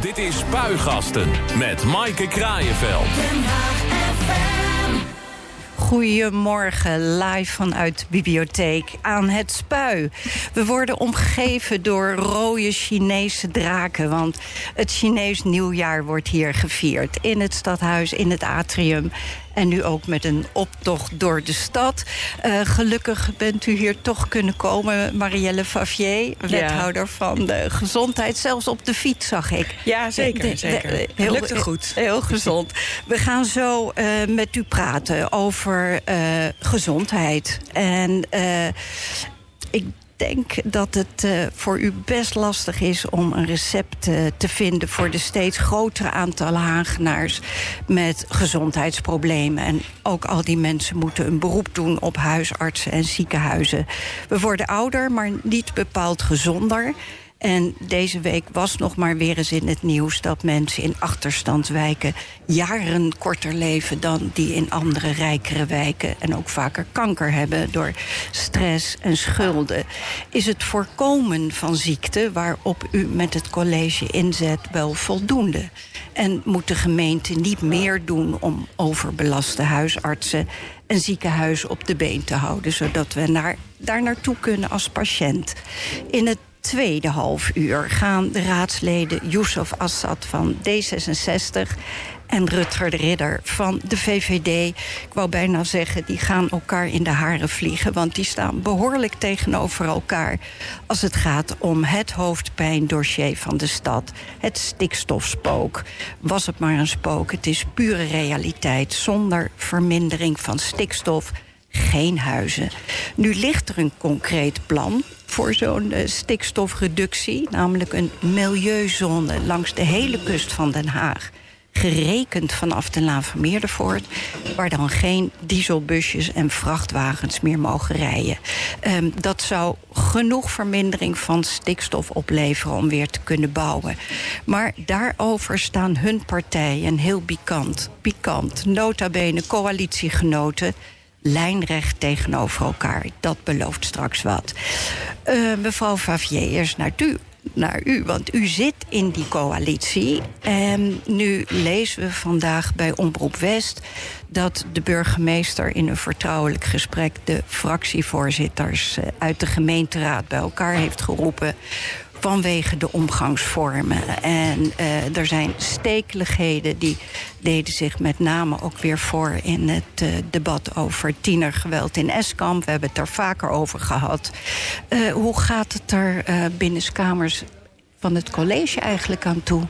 Dit is Spuigasten met Maaike Kraaienveld. Goedemorgen, live vanuit de bibliotheek aan het Spui. We worden omgeven door rode Chinese draken, want het Chinees nieuwjaar wordt hier gevierd. In het stadhuis, in het atrium. En nu ook met een optocht door de stad. Gelukkig bent u hier toch kunnen komen, Marielle Favier, wethouder van de gezondheid. Zelfs op de fiets, zag ik. Ja, zeker. Het lukte goed. Heel gezond. We gaan zo met u praten over gezondheid. En ik denk dat het voor u best lastig is om een recept te vinden voor de steeds grotere aantal Hagenaars met gezondheidsproblemen. En ook al die mensen moeten een beroep doen op huisartsen en ziekenhuizen. We worden ouder, maar niet bepaald gezonder. En deze week was nog maar weer eens in het nieuws dat mensen in achterstandswijken jaren korter leven dan die in andere rijkere wijken. En ook vaker kanker hebben door stress en schulden. Is het voorkomen van ziekte waarop u met het college inzet wel voldoende? En moet de gemeente niet meer doen om overbelaste huisartsen en ziekenhuizen op de been te houden, zodat we daar naartoe kunnen als patiënt? In het tweede halfuur gaan de raadsleden Youssef Assad van D66 en Rutger de Ridder van de VVD... ik wou bijna zeggen, die gaan elkaar in de haren vliegen, want die staan behoorlijk tegenover elkaar als het gaat om het hoofdpijndossier van de stad. Het stikstofspook. Was het maar een spook, het is pure realiteit. Zonder vermindering van stikstof geen huizen. Nu ligt er een concreet plan voor zo'n stikstofreductie, namelijk een milieuzone langs de hele kust van Den Haag, gerekend vanaf de Laan van Meerdervoort, waar dan geen dieselbusjes en vrachtwagens meer mogen rijden. Dat zou genoeg vermindering van stikstof opleveren om weer te kunnen bouwen. Maar daarover staan hun partijen heel pikant, nota bene coalitiegenoten, lijnrecht tegenover elkaar. Dat belooft straks wat. Mevrouw Favier, eerst naar u, want u zit in die coalitie. En nu lezen we vandaag bij Omroep West dat de burgemeester in een vertrouwelijk gesprek de fractievoorzitters uit de gemeenteraad bij elkaar heeft geroepen vanwege de omgangsvormen. En er zijn stekeligheden die deden zich met name ook weer voor in het debat over tienergeweld in Eskamp. We hebben het er vaker over gehad. Hoe gaat het er binnenskamers van het college eigenlijk aan toe?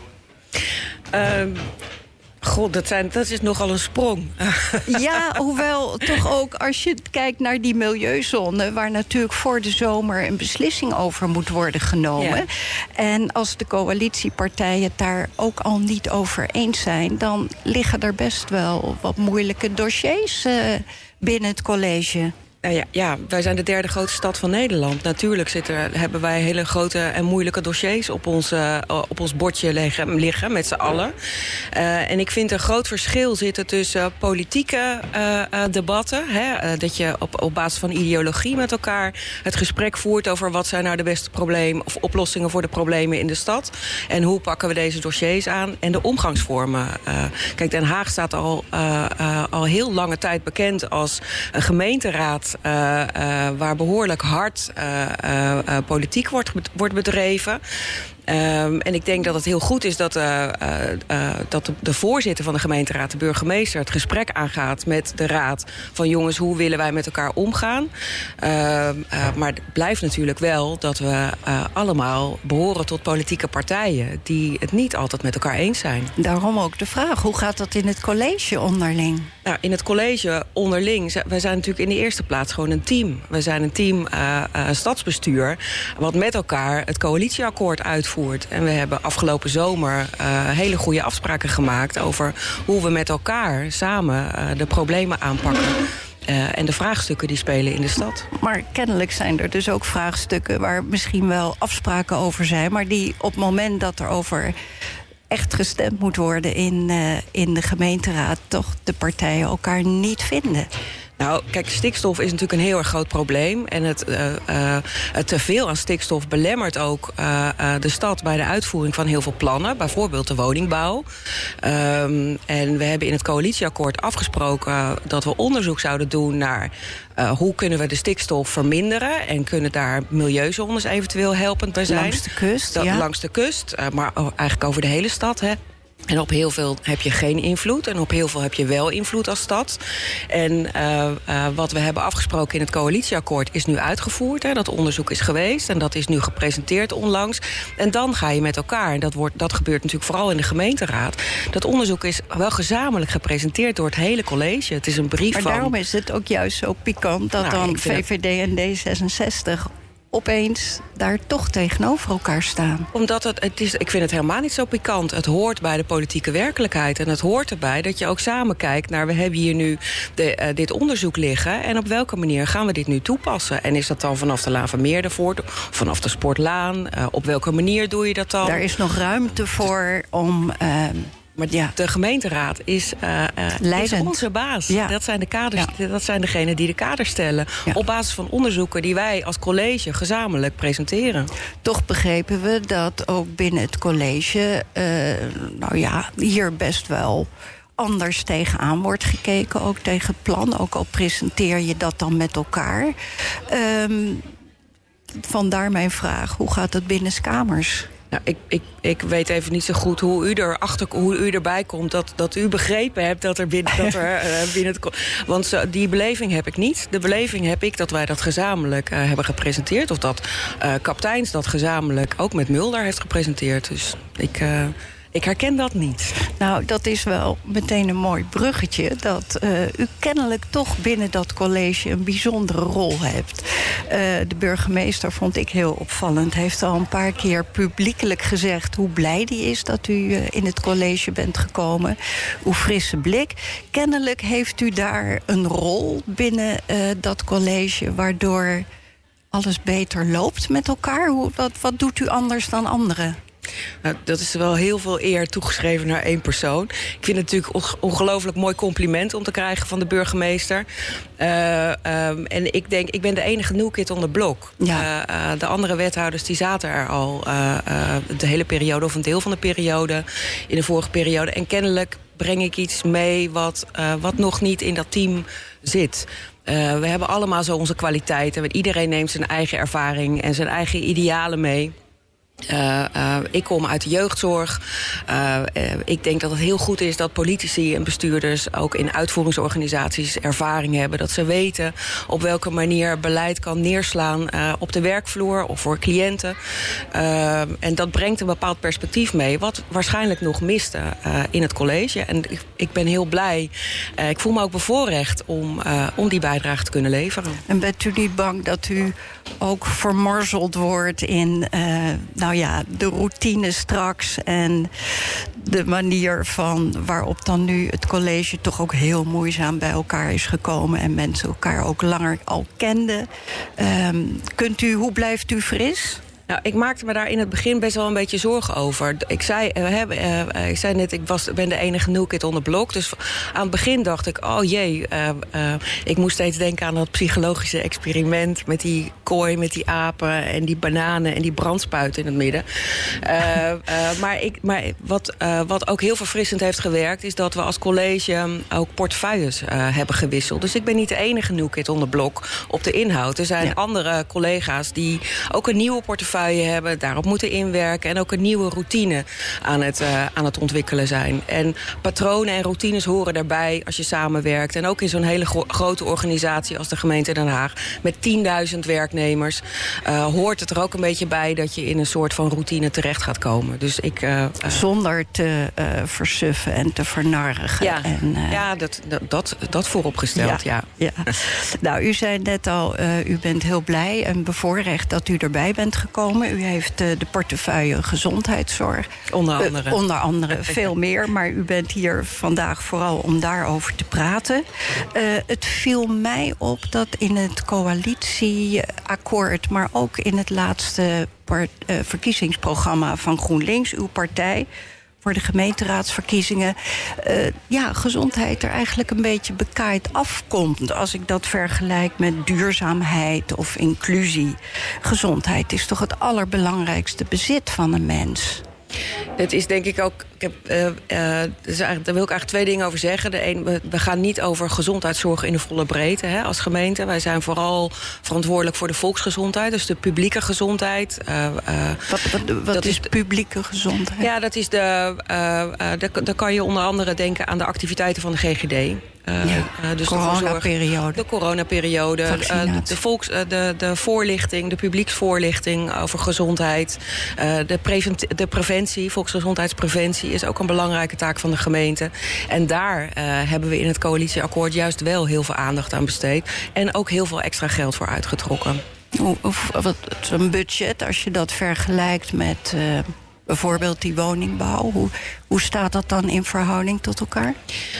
God, dat is nogal een sprong. Ja, hoewel toch ook als je kijkt naar die milieuzone, waar natuurlijk voor de zomer een beslissing over moet worden genomen. Ja. En als de coalitiepartijen het daar ook al niet over eens zijn, dan liggen er best wel wat moeilijke dossiers binnen het college. Ja, wij zijn de derde grootste stad van Nederland. Natuurlijk hebben wij hele grote en moeilijke dossiers op ons bordje liggen met z'n allen. En ik vind een groot verschil zitten tussen politieke debatten. Dat je op basis van ideologie met elkaar het gesprek voert over wat zijn nou de beste problemen of oplossingen voor de problemen in de stad. En hoe pakken we deze dossiers aan. En de omgangsvormen. Kijk, Den Haag staat al heel lange tijd bekend als een gemeenteraad waar behoorlijk hard politiek wordt bedreven. En ik denk dat het heel goed is dat de voorzitter van de gemeenteraad, de burgemeester, het gesprek aangaat met de raad van jongens, hoe willen wij met elkaar omgaan? Maar het blijft natuurlijk wel dat we allemaal behoren tot politieke partijen die het niet altijd met elkaar eens zijn. Daarom ook de vraag, hoe gaat dat in het college onderling? Nou, in het college onderling, wij zijn natuurlijk in de eerste plaats gewoon een team. We zijn een team stadsbestuur wat met elkaar het coalitieakkoord uitvoert. En we hebben afgelopen zomer hele goede afspraken gemaakt over hoe we met elkaar samen de problemen aanpakken. En de vraagstukken die spelen in de stad. Maar kennelijk zijn er dus ook vraagstukken waar misschien wel afspraken over zijn, maar die op het moment dat er over echt gestemd moet worden in de gemeenteraad, toch de partijen elkaar niet vinden. Nou, kijk, stikstof is natuurlijk een heel erg groot probleem. En het teveel aan stikstof belemmert ook de stad bij de uitvoering van heel veel plannen. Bijvoorbeeld de woningbouw. En we hebben in het coalitieakkoord afgesproken dat we onderzoek zouden doen naar hoe kunnen we de stikstof verminderen. En kunnen daar milieuzones eventueel helpend bij zijn. Langs de kust, Langs de kust, maar eigenlijk over de hele stad, hè. En op heel veel heb je geen invloed. En op heel veel heb je wel invloed als stad. En wat we hebben afgesproken in het coalitieakkoord is nu uitgevoerd. Hè. Dat onderzoek is geweest en dat is nu gepresenteerd onlangs. En dan ga je met elkaar, en dat gebeurt natuurlijk vooral in de gemeenteraad. Dat onderzoek is wel gezamenlijk gepresenteerd door het hele college. Het is een brief maar daarom is het ook juist zo pikant dat dan VVD en D66... opeens daar toch tegenover elkaar staan. Omdat ik vind het helemaal niet zo pikant. Het hoort bij de politieke werkelijkheid. En het hoort erbij dat je ook samen kijkt naar... we hebben hier nu dit onderzoek liggen... en op welke manier gaan we dit nu toepassen? En is dat dan vanaf de Laan van Meerdervoort, vanaf de Sportlaan? Op welke manier doe je dat dan? Daar is nog ruimte voor om... Maar de gemeenteraad is onze baas. Ja. Dat zijn de kaders, dat zijn degenen die de kaders stellen. Ja. Op basis van onderzoeken die wij als college gezamenlijk presenteren. Toch begrepen we dat ook binnen het college... hier best wel anders tegenaan wordt gekeken. Ook tegen het plan. Ook al presenteer je dat dan met elkaar. Vandaar mijn vraag. Hoe gaat het binnenskamers? Nou, ik weet even niet zo goed hoe u erbij komt... dat u begrepen hebt dat er binnen het... Want die beleving heb ik niet. De beleving heb ik dat wij dat gezamenlijk hebben gepresenteerd... of dat Kapteins dat gezamenlijk ook met Mulder heeft gepresenteerd. Dus ik herken dat niet. Nou, dat is wel meteen een mooi bruggetje... dat u kennelijk toch binnen dat college een bijzondere rol hebt. De burgemeester vond ik heel opvallend. Heeft al een paar keer publiekelijk gezegd hoe blij die is... dat u in het college bent gekomen. Uw frisse blik. Kennelijk heeft u daar een rol binnen dat college... waardoor alles beter loopt met elkaar. Wat doet u anders dan anderen? Nou, dat is wel heel veel eer toegeschreven naar één persoon. Ik vind het natuurlijk een ongelooflijk mooi compliment om te krijgen van de burgemeester. En ik ben de enige new kid on the block. Ja. De andere wethouders die zaten er al de hele periode of een deel van de periode in de vorige periode. En kennelijk breng ik iets mee wat nog niet in dat team zit. We hebben allemaal zo onze kwaliteiten. Iedereen neemt zijn eigen ervaring en zijn eigen idealen mee. Ik kom uit de jeugdzorg. Ik denk dat het heel goed is dat politici en bestuurders... ook in uitvoeringsorganisaties ervaring hebben. Dat ze weten op welke manier beleid kan neerslaan... op de werkvloer of voor cliënten. En dat brengt een bepaald perspectief mee... wat waarschijnlijk nog miste in het college. En ik ben heel blij. Ik voel me ook bevoorrecht om die bijdrage te kunnen leveren. En bent u niet bang dat u ook vermorzeld wordt in... de routine straks en de manier waarop dan nu het college toch ook heel moeizaam bij elkaar is gekomen en mensen elkaar ook langer al kenden. Hoe blijft u fris? Nou, ik maakte me daar in het begin best wel een beetje zorgen over. Ik zei net, ik ben de enige new kid on the block. Dus aan het begin dacht ik, oh jee... ik moest steeds denken aan dat psychologische experiment... met die kooi, met die apen en die bananen en die brandspuiten in het midden. Maar wat ook heel verfrissend heeft gewerkt... is dat we als college ook portefeuilles hebben gewisseld. Dus ik ben niet de enige new kid on the block op de inhoud. Er zijn andere collega's die ook een nieuwe portefeuille hebben, daarop moeten inwerken... en ook een nieuwe routine aan het ontwikkelen zijn. En patronen en routines horen daarbij als je samenwerkt. En ook in zo'n hele grote organisatie als de gemeente Den Haag... met 10.000 werknemers hoort het er ook een beetje bij... dat je in een soort van routine terecht gaat komen. Dus zonder te versuffen en te vernarrigen. Ja, dat vooropgesteld, ja. Nou, u zei net al, u bent heel blij en bevoorrecht dat u erbij bent gekomen. U heeft de portefeuille gezondheidszorg. Onder andere veel meer, maar u bent hier vandaag vooral om daarover te praten. Het viel mij op dat in het coalitieakkoord... maar ook in het laatste verkiezingsprogramma van GroenLinks, uw partij... voor de gemeenteraadsverkiezingen, gezondheid er eigenlijk een beetje bekaaid afkomt. Als ik dat vergelijk met duurzaamheid of inclusie. Gezondheid is toch het allerbelangrijkste bezit van een mens. Het is denk ik ook. Daar wil ik eigenlijk 2 dingen over zeggen. De een, we gaan niet over gezondheidszorg in de volle breedte als gemeente. Wij zijn vooral verantwoordelijk voor de volksgezondheid, dus de publieke gezondheid. Wat is publieke gezondheid? Ja, dat is dan kan je onder andere denken aan de activiteiten van de GGD. Dus de coronaperiode, de voorlichting, de publieksvoorlichting over gezondheid, de preventie, volksgezondheidspreventie is ook een belangrijke taak van de gemeente. En daar hebben we in het coalitieakkoord juist wel heel veel aandacht aan besteed en ook heel veel extra geld voor uitgetrokken. Zo'n budget, als je dat vergelijkt met bijvoorbeeld die woningbouw, hoe staat dat dan in verhouding tot elkaar?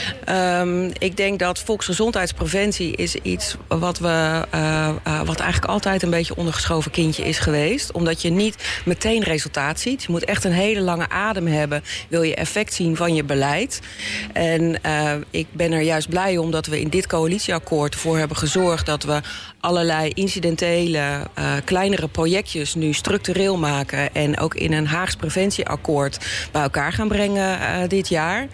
Ik denk dat volksgezondheidspreventie is iets wat eigenlijk altijd een beetje ondergeschoven kindje is geweest. Omdat je niet meteen resultaat ziet. Je moet echt een hele lange adem hebben. Wil je effect zien van je beleid. En ik ben er juist blij om dat we in dit coalitieakkoord ervoor hebben gezorgd dat we allerlei incidentele, kleinere projectjes nu structureel maken en ook in een Haags preventieakkoord bij elkaar gaan brengen dit jaar.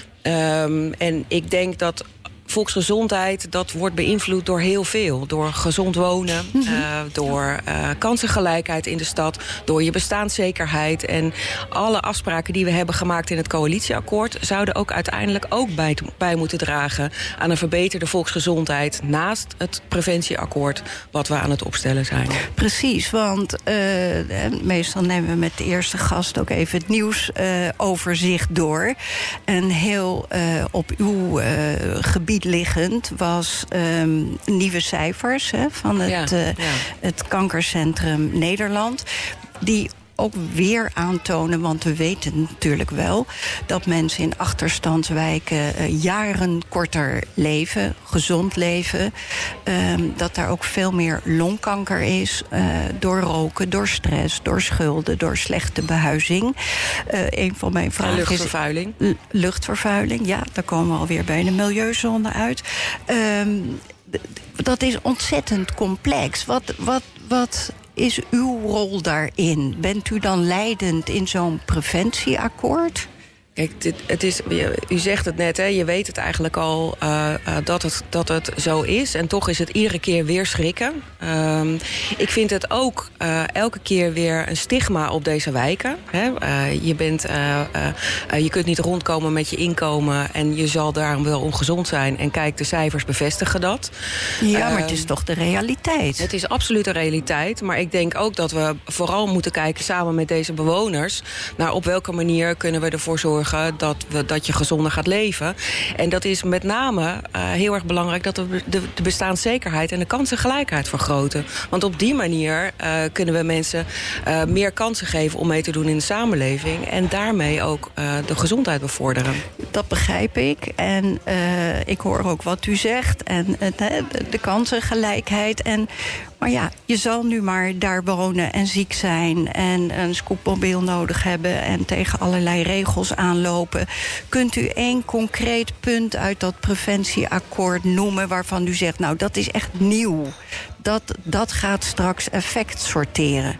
En ik denk dat volksgezondheid, dat wordt beïnvloed door heel veel. Door gezond wonen, door kansengelijkheid in de stad, door je bestaanszekerheid. En alle afspraken die we hebben gemaakt in het coalitieakkoord zouden ook uiteindelijk ook bij moeten dragen aan een verbeterde volksgezondheid naast het preventieakkoord wat we aan het opstellen zijn. Precies, want meestal nemen we met de eerste gast ook even het nieuwsoverzicht door. En heel op uw gebied liggend was nieuwe cijfers van het Kankercentrum Nederland, die ook weer aantonen, want we weten natuurlijk wel dat mensen in achterstandswijken jaren korter leven, gezond leven. Dat daar ook veel meer longkanker is door roken, door stress, door schulden, door slechte behuizing. Een van mijn vragen luchtvervuiling. is luchtvervuiling. Ja, daar komen we alweer bij de milieuzone uit. Dat is ontzettend complex. Wat is uw rol daarin? Bent u dan leidend in zo'n preventieakkoord? Kijk, u zegt het net, je weet het eigenlijk al dat het zo is. En toch is het iedere keer weer schrikken. Ik vind het ook elke keer weer een stigma op deze wijken. Je kunt niet rondkomen met je inkomen en je zal daarom wel ongezond zijn. En kijk, de cijfers bevestigen dat. Ja, maar het is toch de realiteit? Het is absoluut de realiteit. Maar ik denk ook dat we vooral moeten kijken samen met deze bewoners naar op welke manier kunnen we ervoor zorgen dat je gezonder gaat leven. En dat is met name heel erg belangrijk dat we de bestaanszekerheid en de kansengelijkheid vergroten. Want op die manier kunnen we mensen meer kansen geven om mee te doen in de samenleving en daarmee ook de gezondheid bevorderen. Dat begrijp ik. En ik hoor ook wat u zegt. En de kansengelijkheid. Maar ja, je zal nu maar daar wonen en ziek zijn en een scootmobiel nodig hebben en tegen allerlei regels aanlopen. Kunt u één concreet punt uit dat preventieakkoord noemen waarvan u zegt, nou, dat is echt nieuw. Dat gaat straks effect sorteren.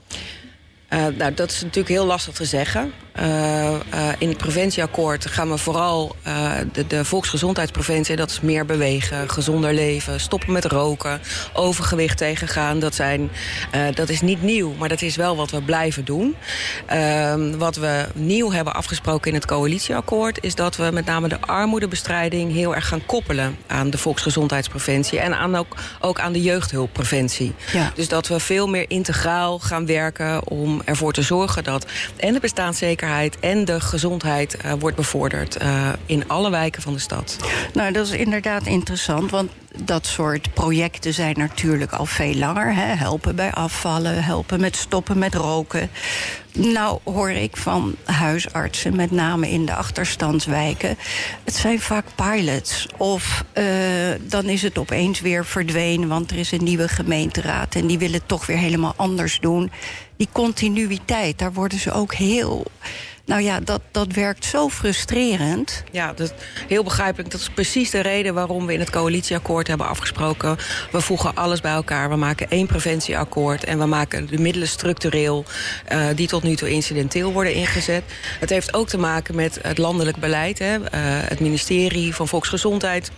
Dat is natuurlijk heel lastig te zeggen. In het preventieakkoord gaan we vooral de volksgezondheidspreventie, dat is meer bewegen, gezonder leven, stoppen met roken, overgewicht tegengaan. Dat is niet nieuw, maar dat is wel wat we blijven doen. Wat we nieuw hebben afgesproken in het coalitieakkoord is dat we met name de armoedebestrijding heel erg gaan koppelen aan de volksgezondheidspreventie en ook aan de jeugdhulppreventie. Ja. Dus dat we veel meer integraal gaan werken om ervoor te zorgen dat en de bestaanszekerheid en de gezondheid wordt bevorderd in alle wijken van de stad. Nou, dat is inderdaad interessant, want dat soort projecten zijn natuurlijk al veel langer. Helpen bij afvallen, helpen met stoppen met roken. Nou hoor ik van huisartsen, met name in de achterstandswijken, het zijn vaak pilots. Of dan is het opeens weer verdwenen, want er is een nieuwe gemeenteraad en die willen het toch weer helemaal anders doen. Die continuïteit, daar worden ze ook heel Nou ja, dat werkt zo frustrerend. Ja, dat heel begrijpelijk. Dat is precies de reden waarom we in het coalitieakkoord hebben afgesproken. We voegen alles bij elkaar. We maken 1 preventieakkoord en we maken de middelen structureel die tot nu toe incidenteel worden ingezet. Het heeft ook te maken met het landelijk beleid. Het ministerie van Volksgezondheid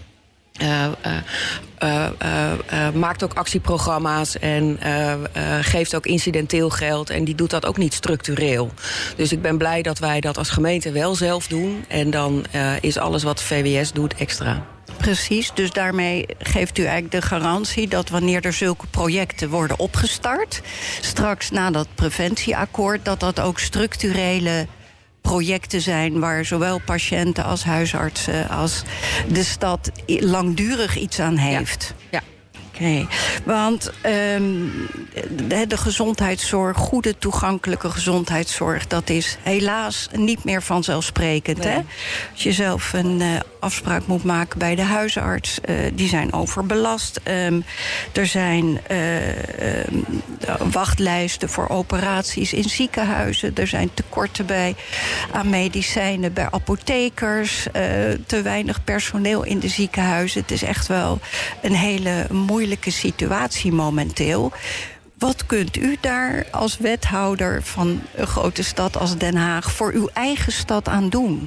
maakt ook actieprogramma's en geeft ook incidenteel geld. En die doet dat ook niet structureel. Dus ik ben blij dat wij dat als gemeente wel zelf doen. En dan is alles wat VWS doet extra. Precies, dus daarmee geeft u eigenlijk de garantie dat wanneer er zulke projecten worden opgestart, straks na dat preventieakkoord, dat ook structurele projecten zijn waar zowel patiënten als huisartsen als de stad langdurig iets aan heeft. Ja. Oké, want de gezondheidszorg, goede toegankelijke gezondheidszorg, dat is helaas niet meer vanzelfsprekend. Nee. Hè? Als je zelf een afspraak moet maken bij de huisarts, die zijn overbelast. Er zijn wachtlijsten voor operaties in ziekenhuizen. Er zijn tekorten aan medicijnen bij apothekers. Te weinig personeel in de ziekenhuizen. Het is echt wel een hele moeilijke situatie momenteel. Wat kunt u daar als wethouder van een grote stad als Den Haag voor uw eigen stad aan doen?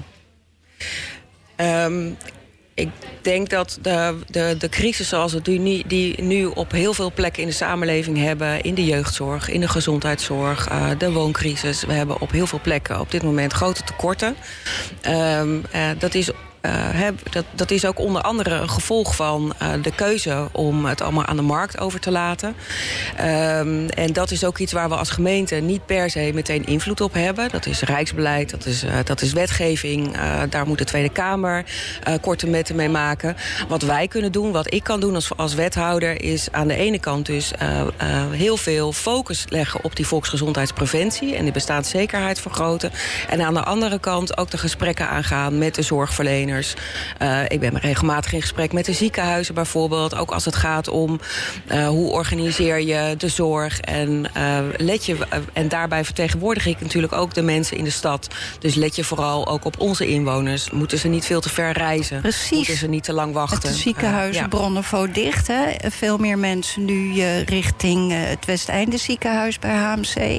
Ik denk dat de crisis zoals we die nu op heel veel plekken in de samenleving hebben, in de jeugdzorg, in de gezondheidszorg, de wooncrisis. We hebben op heel veel plekken op dit moment grote tekorten. Dat is ook onder andere een gevolg van de keuze om het allemaal aan de markt over te laten. En dat is ook iets waar we als gemeente niet per se meteen invloed op hebben. Dat is rijksbeleid, dat is wetgeving. Daar moet de Tweede Kamer korte metten mee maken. Wat wij kunnen doen, wat ik kan doen als wethouder, is aan de ene kant dus heel veel focus leggen op die volksgezondheidspreventie en de bestaanszekerheid vergroten. En aan de andere kant ook de gesprekken aangaan met de zorgverleners. Ik ben regelmatig in gesprek met de ziekenhuizen bijvoorbeeld. Ook als het gaat om hoe organiseer je de zorg. En en daarbij vertegenwoordig ik natuurlijk ook de mensen in de stad. Dus let je vooral ook op onze inwoners. Moeten ze niet veel te ver reizen? Precies. Moeten ze niet te lang wachten? Het ziekenhuizen Bronnenvo dicht. Hè? Veel meer mensen nu richting het Westeinde ziekenhuis bij HMC.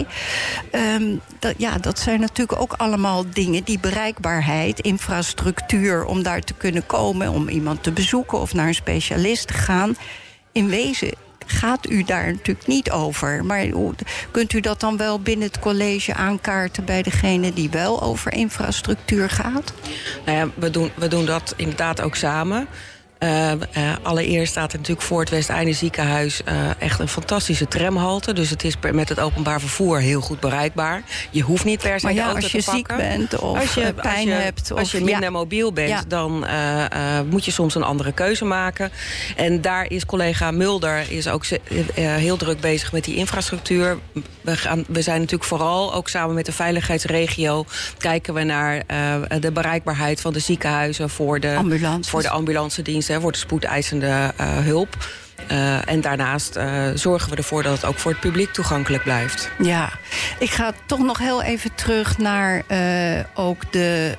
Dat zijn natuurlijk ook allemaal dingen die bereikbaarheid, infrastructuur om daar te kunnen komen, om iemand te bezoeken of naar een specialist te gaan. In wezen gaat u daar natuurlijk niet over. Maar kunt u dat dan wel binnen het college aankaarten bij degene die wel over infrastructuur gaat? Nou ja, we doen dat inderdaad ook samen. Allereerst staat er natuurlijk voor het Westeinde ziekenhuis echt een fantastische tramhalte. Dus het is met het openbaar vervoer heel goed bereikbaar. Je hoeft niet per se de auto te pakken. Als je ziek bent of pijn hebt. Als je minder mobiel bent, dan moet je soms een andere keuze maken. En daar is collega Mulder ook heel druk bezig met die infrastructuur. We zijn natuurlijk vooral, ook samen met de veiligheidsregio, kijken we naar de bereikbaarheid van de ziekenhuizen voor de ambulance dienst. Voor de spoedeisende hulp. En daarnaast zorgen we ervoor dat het ook voor het publiek toegankelijk blijft. Ja, ik ga toch nog heel even terug naar ook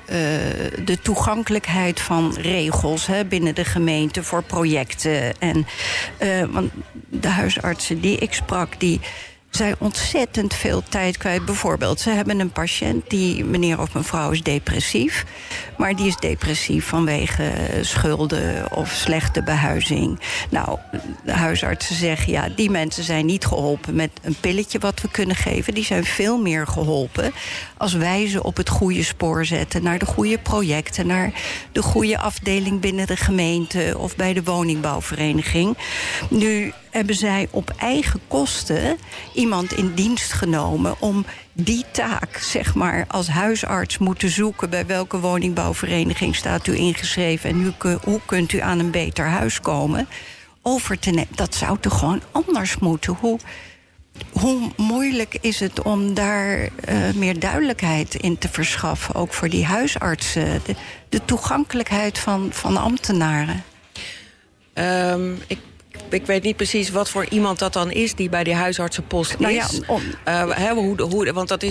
de toegankelijkheid van regels binnen de gemeente voor projecten. Want de huisartsen die ik sprak, die zijn ontzettend veel tijd kwijt. Bijvoorbeeld, ze hebben een patiënt, die meneer of mevrouw is depressief. Maar die is depressief vanwege schulden of slechte behuizing. Nou, de huisartsen zeggen, die mensen zijn niet geholpen met een pilletje wat we kunnen geven. Die zijn veel meer geholpen als wij ze op het goede spoor zetten, naar de goede projecten, naar de goede afdeling binnen de gemeente of bij de woningbouwvereniging. Nu hebben zij op eigen kosten iemand in dienst genomen om die taak, zeg maar, als huisarts moeten zoeken bij welke woningbouwvereniging staat u ingeschreven en hoe kunt u aan een beter huis komen, over te nemen. Dat zou toch gewoon anders moeten? Hoe moeilijk is het om daar meer duidelijkheid in te verschaffen, ook voor die huisartsen, de toegankelijkheid van ambtenaren? Ik Ik weet niet precies wat voor iemand dat dan is die bij die huisartsenpost is. Want dat is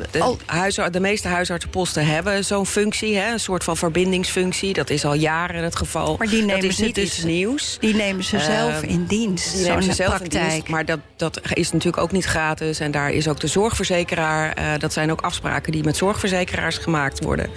de meeste huisartsenposten hebben zo'n functie, een soort van verbindingsfunctie. Dat is al jaren het geval. Maar die nemen dat is niet iets nieuws. Die nemen ze zelf in dienst. Die nemen ze zelf in dienst, maar dat is natuurlijk ook niet gratis. En daar is ook de zorgverzekeraar. Dat zijn ook afspraken die met zorgverzekeraars gemaakt worden.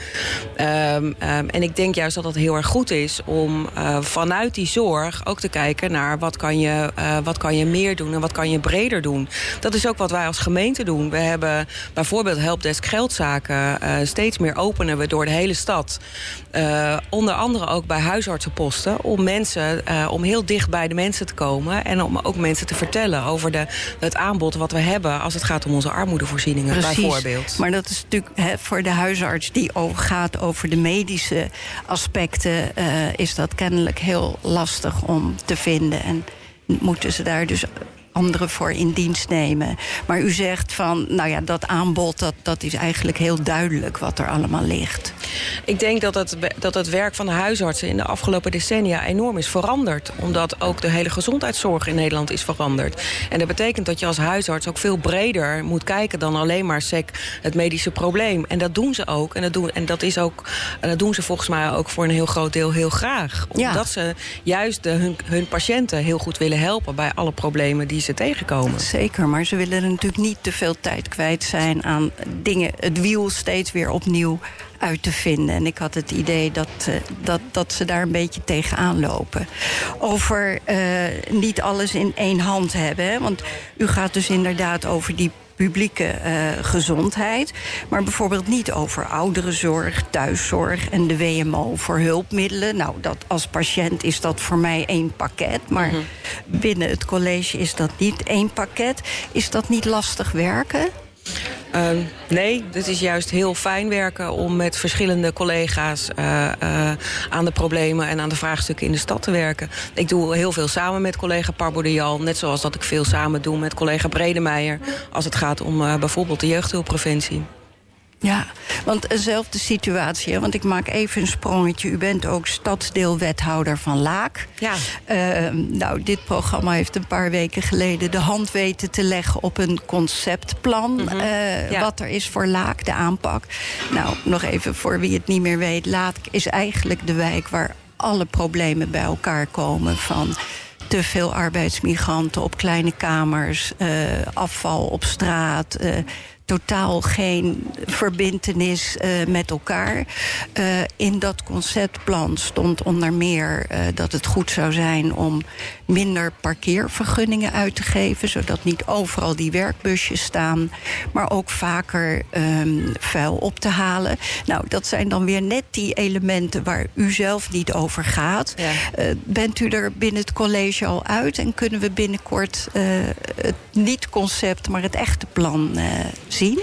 En ik denk juist dat het heel erg goed is om vanuit die zorg ook te kijken naar wat kan je meer doen en wat kan je breder doen. Dat is ook wat wij als gemeente doen. We hebben bijvoorbeeld Helpdesk Geldzaken. Steeds meer openen we door de hele stad. Onder andere ook bij huisartsenposten. Om heel dicht bij de mensen te komen. En om ook mensen te vertellen over het aanbod wat we hebben als het gaat om onze armoedevoorzieningen. Precies. Bijvoorbeeld. Maar dat is natuurlijk voor de huisarts die gaat over de medische aspecten, is dat kennelijk heel lastig om te vinden. En moeten ze daar dus anderen voor in dienst nemen. Maar u zegt van, dat aanbod, dat is eigenlijk heel duidelijk wat er allemaal ligt. Ik denk dat het werk van de huisartsen in de afgelopen decennia enorm is veranderd. Omdat ook de hele gezondheidszorg in Nederland is veranderd. En dat betekent dat je als huisarts ook veel breder moet kijken dan alleen maar het medische probleem. En dat doen ze ook. En dat doen ze volgens mij ook voor een heel groot deel heel graag. Omdat ze juist hun patiënten heel goed willen helpen bij alle problemen die ze tegenkomen. Zeker, maar ze willen natuurlijk niet te veel tijd kwijt zijn aan dingen, het wiel steeds weer opnieuw uit te vinden. En ik had het idee dat ze daar een beetje tegenaan lopen. Over niet alles in één hand hebben. Hè? Want u gaat dus inderdaad over die publieke gezondheid, maar bijvoorbeeld niet over ouderenzorg, thuiszorg en de WMO voor hulpmiddelen. Nou, als patiënt is dat voor mij één pakket, maar binnen het college is dat niet één pakket. Is dat niet lastig werken? Nee, het is juist heel fijn werken om met verschillende collega's aan de problemen en aan de vraagstukken in de stad te werken. Ik doe heel veel samen met collega Parbo de Jal, net zoals dat ik veel samen doe met collega Bredemeijer als het gaat om bijvoorbeeld de jeugdhulppreventie. Ja, want dezelfde situatie, want ik maak even een sprongetje. U bent ook stadsdeelwethouder van Laak. Ja. Dit programma heeft een paar weken geleden de hand weten te leggen op een conceptplan. Wat er is voor Laak, de aanpak. Nou, nog even voor wie het niet meer weet. Laak is eigenlijk de wijk waar alle problemen bij elkaar komen. Van te veel arbeidsmigranten op kleine kamers, afval op straat, totaal geen verbintenis met elkaar. In dat conceptplan stond onder meer dat het goed zou zijn om minder parkeervergunningen uit te geven, zodat niet overal die werkbusjes staan, maar ook vaker vuil op te halen. Nou, dat zijn dan weer net die elementen waar u zelf niet over gaat. Ja. Bent u er binnen het college al uit en kunnen we binnenkort het niet-concept, maar het echte plan zien?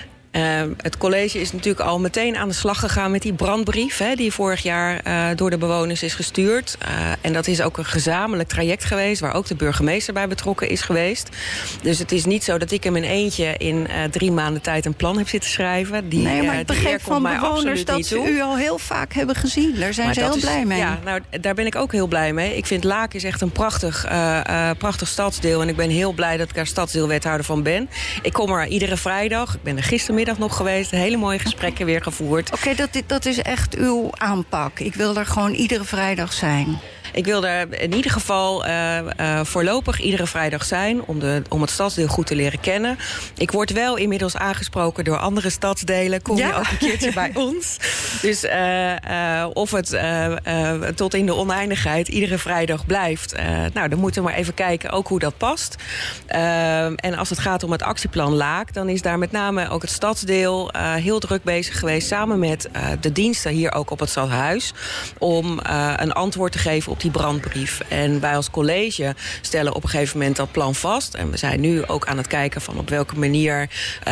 Het college is natuurlijk al meteen aan de slag gegaan met die brandbrief, die vorig jaar door de bewoners is gestuurd. En dat is ook een gezamenlijk traject geweest waar ook de burgemeester bij betrokken is geweest. Dus het is niet zo dat ik in mijn eentje in 3 maanden tijd een plan heb zitten schrijven. Nee, maar ik begreep van bewoners dat ze u al heel vaak hebben gezien. Daar zijn ze heel blij mee. Ja, nou, daar ben ik ook heel blij mee. Ik vind Laak is echt een prachtig stadsdeel. En ik ben heel blij dat ik daar stadsdeelwethouder van ben. Ik kom er iedere vrijdag. Ik ben er gistermiddag nog geweest. Hele mooie gesprekken weer gevoerd. Oké, dat is echt uw aanpak. Ik wil er gewoon iedere vrijdag zijn. Ik wil er in ieder geval voorlopig iedere vrijdag zijn om het stadsdeel goed te leren kennen. Ik word wel inmiddels aangesproken door andere stadsdelen. Kom je ook een keertje bij ons? Dus of het tot in de oneindigheid iedere vrijdag blijft. Dan moeten we maar even kijken ook hoe dat past. En als het gaat om het actieplan Laak, dan is daar met name ook het stadsdeel heel druk bezig geweest, samen met de diensten hier ook op het stadhuis, om een antwoord te geven op die brandbrief. En wij als college stellen op een gegeven moment dat plan vast. En we zijn nu ook aan het kijken van op welke manier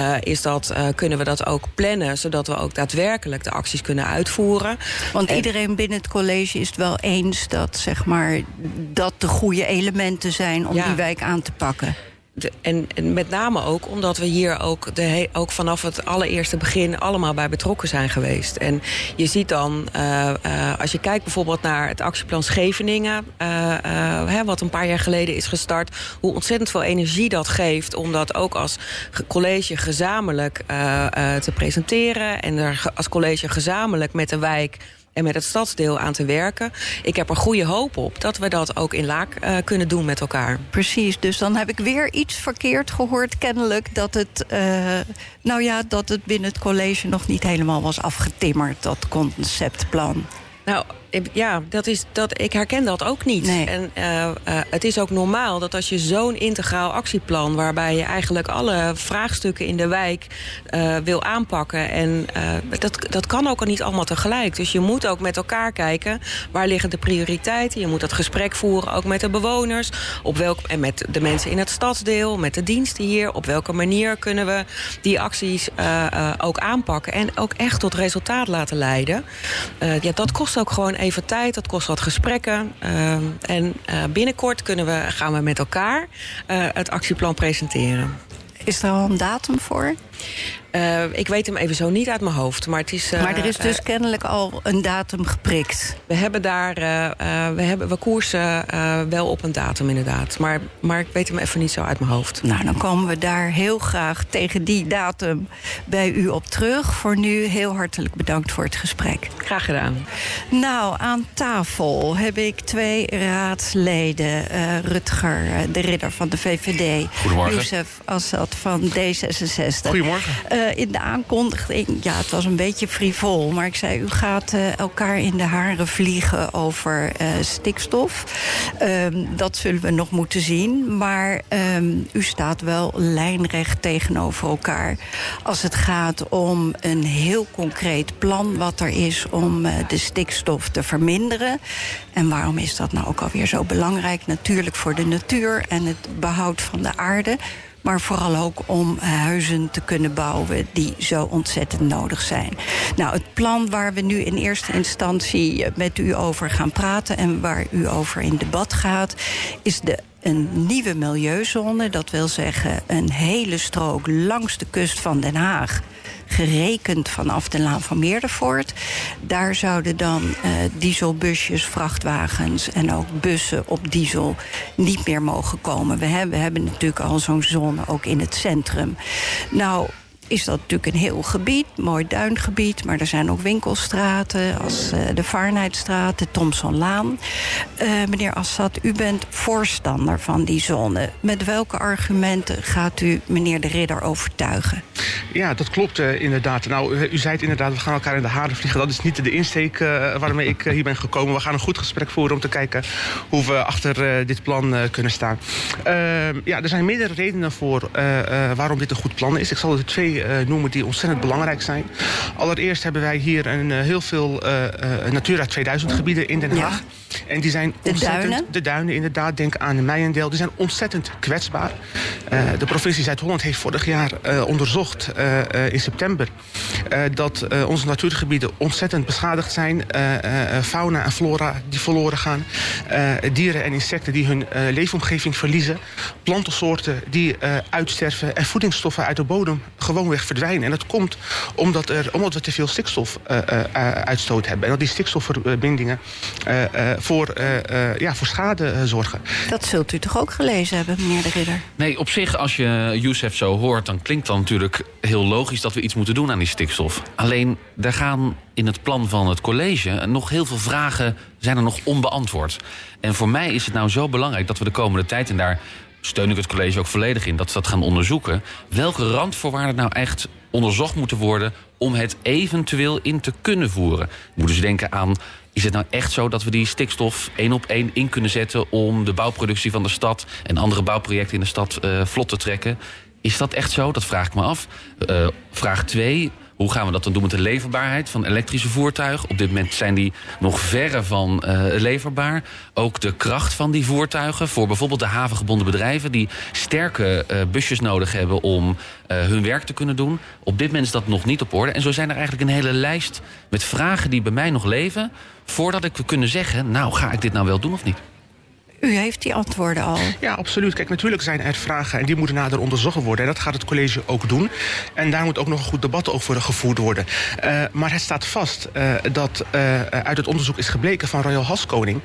kunnen we dat ook plannen, zodat we ook daadwerkelijk de acties kunnen uitvoeren. Want iedereen binnen het college is het wel eens dat, zeg maar, dat de goede elementen zijn om die wijk aan te pakken. En met name ook omdat we hier ook vanaf het allereerste begin allemaal bij betrokken zijn geweest. En je ziet dan, als je kijkt bijvoorbeeld naar het actieplan Scheveningen, wat een paar jaar geleden is gestart, hoe ontzettend veel energie dat geeft om dat ook als college gezamenlijk te presenteren en er als college gezamenlijk met de wijk en met het stadsdeel aan te werken. Ik heb er goede hoop op dat we dat ook in Laak kunnen doen met elkaar. Precies, dus dan heb ik weer iets verkeerd gehoord, kennelijk, dat het binnen het college nog niet helemaal was afgetimmerd, dat conceptplan. Nou, ja, ik herken dat ook niet. Nee. En het is ook normaal dat als je zo'n integraal actieplan, waarbij je eigenlijk alle vraagstukken in de wijk wil aanpakken, en dat kan ook al niet allemaal tegelijk. Dus je moet ook met elkaar kijken, waar liggen de prioriteiten? Je moet dat gesprek voeren, ook met de bewoners, en met de mensen in het stadsdeel, met de diensten hier. Op welke manier kunnen we die acties ook aanpakken en ook echt tot resultaat laten leiden? Dat kost ook gewoon even tijd, dat kost wat gesprekken. En binnenkort gaan we met elkaar het actieplan presenteren. Is er al een datum voor? Ik weet hem even zo niet uit mijn hoofd. Maar er is dus kennelijk al een datum geprikt. We hebben we koersen wel op een datum inderdaad. Maar ik weet hem even niet zo uit mijn hoofd. Nou, dan komen we daar heel graag tegen die datum bij u op terug. Voor nu heel hartelijk bedankt voor het gesprek. Graag gedaan. Nou, aan tafel heb ik 2 raadsleden. Rutger de Ridder van de VVD. Goedemorgen. Youssef Assad van D66. Goedemorgen. In de aankondiging, het was een beetje frivol, maar ik zei, u gaat elkaar in de haren vliegen over stikstof. Dat zullen we nog moeten zien, maar u staat wel lijnrecht tegenover elkaar als het gaat om een heel concreet plan wat er is om de stikstof te verminderen. En waarom is dat nou ook alweer zo belangrijk? Natuurlijk voor de natuur en het behoud van de aarde, maar vooral ook om huizen te kunnen bouwen die zo ontzettend nodig zijn. Nou, het plan waar we nu in eerste instantie met u over gaan praten en waar u over in debat gaat, is een nieuwe milieuzone. Dat wil zeggen een hele strook langs de kust van Den Haag, gerekend vanaf de Laan van Meerdervoort. Daar zouden dan dieselbusjes, vrachtwagens en ook bussen op diesel niet meer mogen komen. We hebben natuurlijk al zo'n zone ook in het centrum. Nou is dat natuurlijk een heel gebied, mooi duingebied, maar er zijn ook winkelstraten als de Vaarnheidstraat, de Thomsonlaan. Meneer Assad, u bent voorstander van die zone. Met welke argumenten gaat u meneer de Ridder overtuigen? Ja, dat klopt inderdaad. Nou, u zei het inderdaad, we gaan elkaar in de haren vliegen. Dat is niet de insteek waarmee ik hier ben gekomen. We gaan een goed gesprek voeren om te kijken hoe we achter dit plan kunnen staan. Er zijn meerdere redenen voor waarom dit een goed plan is. Ik zal er 2 noemen die ontzettend belangrijk zijn. Allereerst hebben wij hier heel veel Natura 2000 gebieden in Den Haag. Ja. En die zijn de duinen inderdaad, denk aan de Meijendeel, die zijn ontzettend kwetsbaar. De provincie Zuid-Holland heeft vorig jaar onderzocht in september dat onze natuurgebieden ontzettend beschadigd zijn. Fauna en flora die verloren gaan. Dieren en insecten die hun leefomgeving verliezen. Plantensoorten die uitsterven en voedingsstoffen uit de bodem gewoonweg verdwijnen. En dat komt omdat we te veel stikstofuitstoot hebben. En dat die stikstofverbindingen voor schade zorgen. Dat zult u toch ook gelezen hebben, meneer de Ridder? Nee, op zich, als je Youssef zo hoort, dan klinkt dan natuurlijk heel logisch dat we iets moeten doen aan die stikstof. Alleen, daar gaan in het plan van het college nog heel veel vragen zijn er nog onbeantwoord. En voor mij is het nou zo belangrijk dat we de komende tijd, en daar steun ik het college ook volledig in, dat ze dat gaan onderzoeken, welke randvoorwaarden nou echt onderzocht moeten worden om het eventueel in te kunnen voeren. We moeten dus denken aan, is het nou echt zo dat we die stikstof 1 op 1 in kunnen zetten om de bouwproductie van de stad en andere bouwprojecten in de stad vlot te trekken? Is dat echt zo? Dat vraag ik me af. Vraag 2... Hoe gaan we dat dan doen met de leverbaarheid van elektrische voertuigen? Op dit moment zijn die nog verre van leverbaar. Ook de kracht van die voertuigen voor bijvoorbeeld de havengebonden bedrijven die sterke busjes nodig hebben om hun werk te kunnen doen. Op dit moment is dat nog niet op orde. En zo zijn er eigenlijk een hele lijst met vragen die bij mij nog leven voordat ik kunnen zeggen, nou, ga ik dit nou wel doen of niet? U heeft die antwoorden al. Ja, absoluut. Kijk, natuurlijk zijn er vragen en die moeten nader onderzocht worden. En dat gaat het college ook doen. En daar moet ook nog een goed debat over gevoerd worden. Maar het staat vast dat uit het onderzoek is gebleken van Royal Haskoning...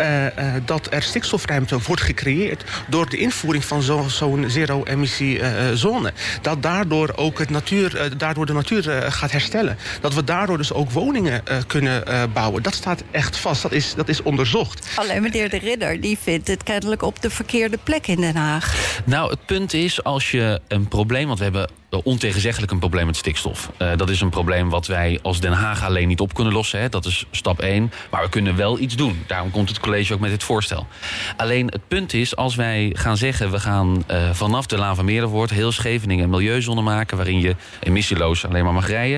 dat er stikstofruimte wordt gecreëerd door de invoering van zo'n zero-emissiezone. Dat daardoor ook de natuur gaat herstellen. Dat we daardoor dus ook woningen kunnen bouwen. Dat staat echt vast. Dat is onderzocht. Alleen meneer De Ridder, die vindt het kennelijk op de verkeerde plek in Den Haag. Nou, het punt is, als je een probleem... want we hebben ontegenzeggelijk een probleem met stikstof. Dat is een probleem wat wij als Den Haag alleen niet op kunnen lossen. Hè. Dat is stap 1. Maar we kunnen wel iets doen. Daarom komt het college ook met dit voorstel. Alleen het punt is, als wij gaan zeggen... we gaan vanaf de Lavermeerderwoord heel Scheveningen een milieuzone maken... waarin je emissieloos alleen maar mag rijden...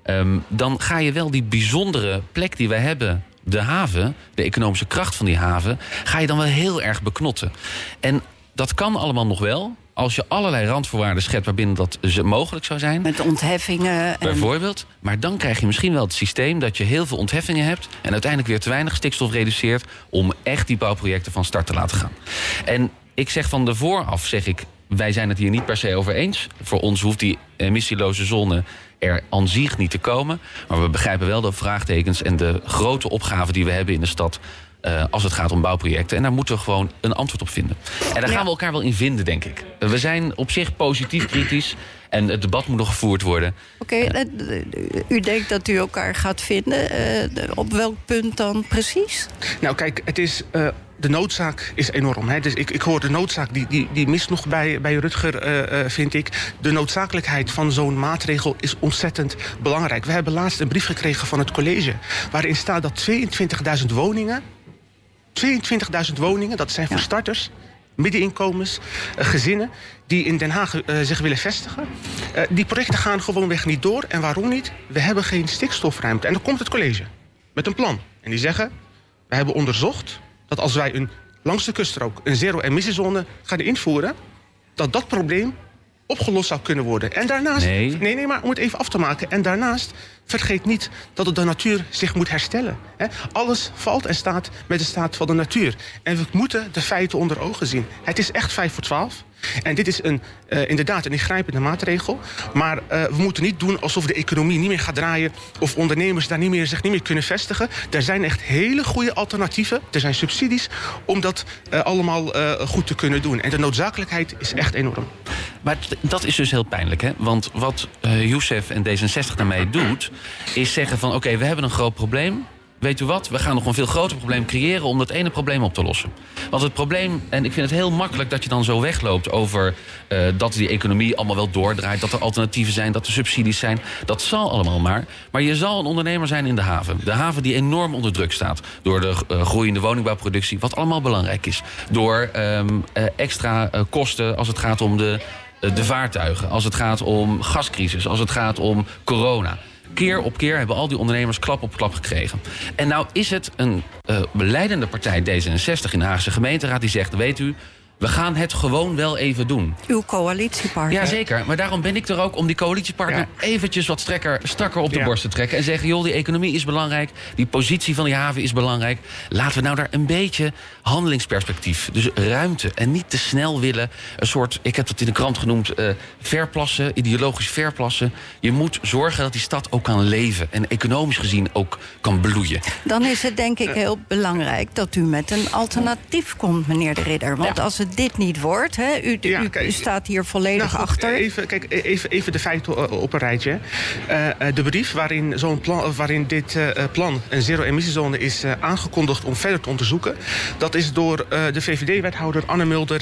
dan ga je wel die bijzondere plek die wij hebben... de haven, de economische kracht van die haven... ga je dan wel heel erg beknotten. En dat kan allemaal nog wel... als je allerlei randvoorwaarden schept waarbinnen dat mogelijk zou zijn. Met ontheffingen. Bijvoorbeeld. Maar dan krijg je misschien wel het systeem dat je heel veel ontheffingen hebt... en uiteindelijk weer te weinig stikstof reduceert... om echt die bouwprojecten van start te laten gaan. En ik zeg van de vooraf, zeg ik... wij zijn het hier niet per se over eens. Voor ons hoeft die emissieloze zone er aan zich niet te komen. Maar we begrijpen wel de vraagtekens en de grote opgaven die we hebben in de stad... als het gaat om bouwprojecten. En daar moeten we gewoon een antwoord op vinden. En daar gaan we elkaar wel in vinden, denk ik. We zijn op zich positief kritisch. En het debat moet nog gevoerd worden. Oké, u denkt dat u elkaar gaat vinden. Op welk punt dan precies? Nou, kijk, het is... de noodzaak is enorm. Hè. Dus ik hoor de noodzaak, die mist nog bij Rutger, vind ik. De noodzakelijkheid van zo'n maatregel is ontzettend belangrijk. We hebben laatst een brief gekregen van het college... waarin staat dat 22.000 woningen... 22.000 woningen, dat zijn voor starters... middeninkomens, gezinnen... die in Den Haag zich willen vestigen. Die projecten gaan gewoonweg niet door. En waarom niet? We hebben geen stikstofruimte. En dan komt het college met een plan. En die zeggen, we hebben onderzocht... dat als wij langs de kuststrook een zero-emissiezone gaan invoeren... dat probleem opgelost zou kunnen worden. En daarnaast... Nee, maar om het even af te maken. En daarnaast, vergeet niet dat de natuur zich moet herstellen. Hè? Alles valt en staat met de staat van de natuur. En we moeten de feiten onder ogen zien. Het is echt 11:55. En dit is inderdaad een ingrijpende maatregel. Maar we moeten niet doen alsof de economie niet meer gaat draaien... of ondernemers daar zich niet meer kunnen vestigen. Er zijn echt hele goede alternatieven. Er zijn subsidies om dat allemaal goed te kunnen doen. En de noodzakelijkheid is echt enorm. Maar dat is dus heel pijnlijk, hè? Want wat Youssef en D66 daarmee doet... is zeggen van oké, we hebben een groot probleem... Weet u wat, we gaan nog een veel groter probleem creëren... om dat ene probleem op te lossen. Want het probleem, en ik vind het heel makkelijk dat je dan zo wegloopt... over dat die economie allemaal wel doordraait... dat er alternatieven zijn, dat er subsidies zijn. Dat zal allemaal maar je zal een ondernemer zijn in de haven. De haven die enorm onder druk staat... door de groeiende woningbouwproductie, wat allemaal belangrijk is. Door extra kosten als het gaat om de vaartuigen... als het gaat om gascrisis, als het gaat om corona... Keer op keer hebben al die ondernemers klap op klap gekregen. En nou is het een beleidende partij D66 in de Haagse gemeenteraad... die zegt, weet u, we gaan het gewoon wel even doen. Uw coalitiepartner. Jazeker, maar daarom ben ik er ook om die coalitiepartner... eventjes wat strakker op de borst te trekken... en zeggen, joh, die economie is belangrijk... die positie van die haven is belangrijk... laten we nou daar een beetje handelingsperspectief... dus ruimte en niet te snel willen... een soort, ik heb dat in de krant genoemd... verplassen, ideologisch verplassen. Je moet zorgen dat die stad ook kan leven... en economisch gezien ook kan bloeien. Dan is het denk ik heel belangrijk... dat u met een alternatief komt, meneer De Ridder. Want als het dit niet wordt, hè, u staat hier volledig achter. Even de feiten op een rijtje. De brief waarin dit plan, een zero-emissiezone... is aangekondigd om verder te onderzoeken... dat is door de VVD-wethouder Anne Mulder...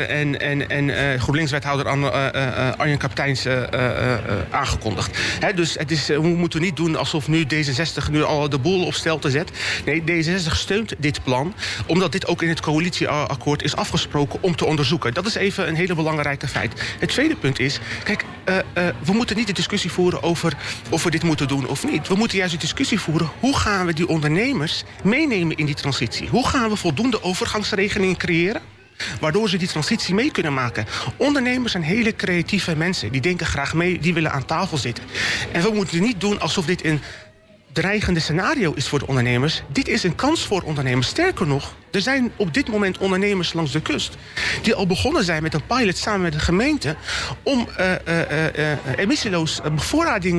en GroenLinks-wethouder Arjen Kapteins aangekondigd. Dus we moeten niet doen alsof nu D66 nu al de boel op stelte zet. Nee, D66 steunt dit plan... omdat dit ook in het coalitieakkoord is afgesproken... om te onderzoeken. Dat is even een hele belangrijke feit. Het tweede punt is, kijk, we moeten niet de discussie voeren over of we dit moeten doen of niet. We moeten juist de discussie voeren, hoe gaan we die ondernemers meenemen in die transitie? Hoe gaan we voldoende overgangsregelingen creëren? Waardoor ze die transitie mee kunnen maken. Ondernemers zijn hele creatieve mensen. Die denken graag mee, die willen aan tafel zitten. En we moeten niet doen alsof dit een dreigende scenario is voor de ondernemers. Dit is een kans voor ondernemers. Sterker nog, er zijn op dit moment ondernemers langs de kust die al begonnen zijn met een pilot samen met de gemeente om emissieloos bevoorrading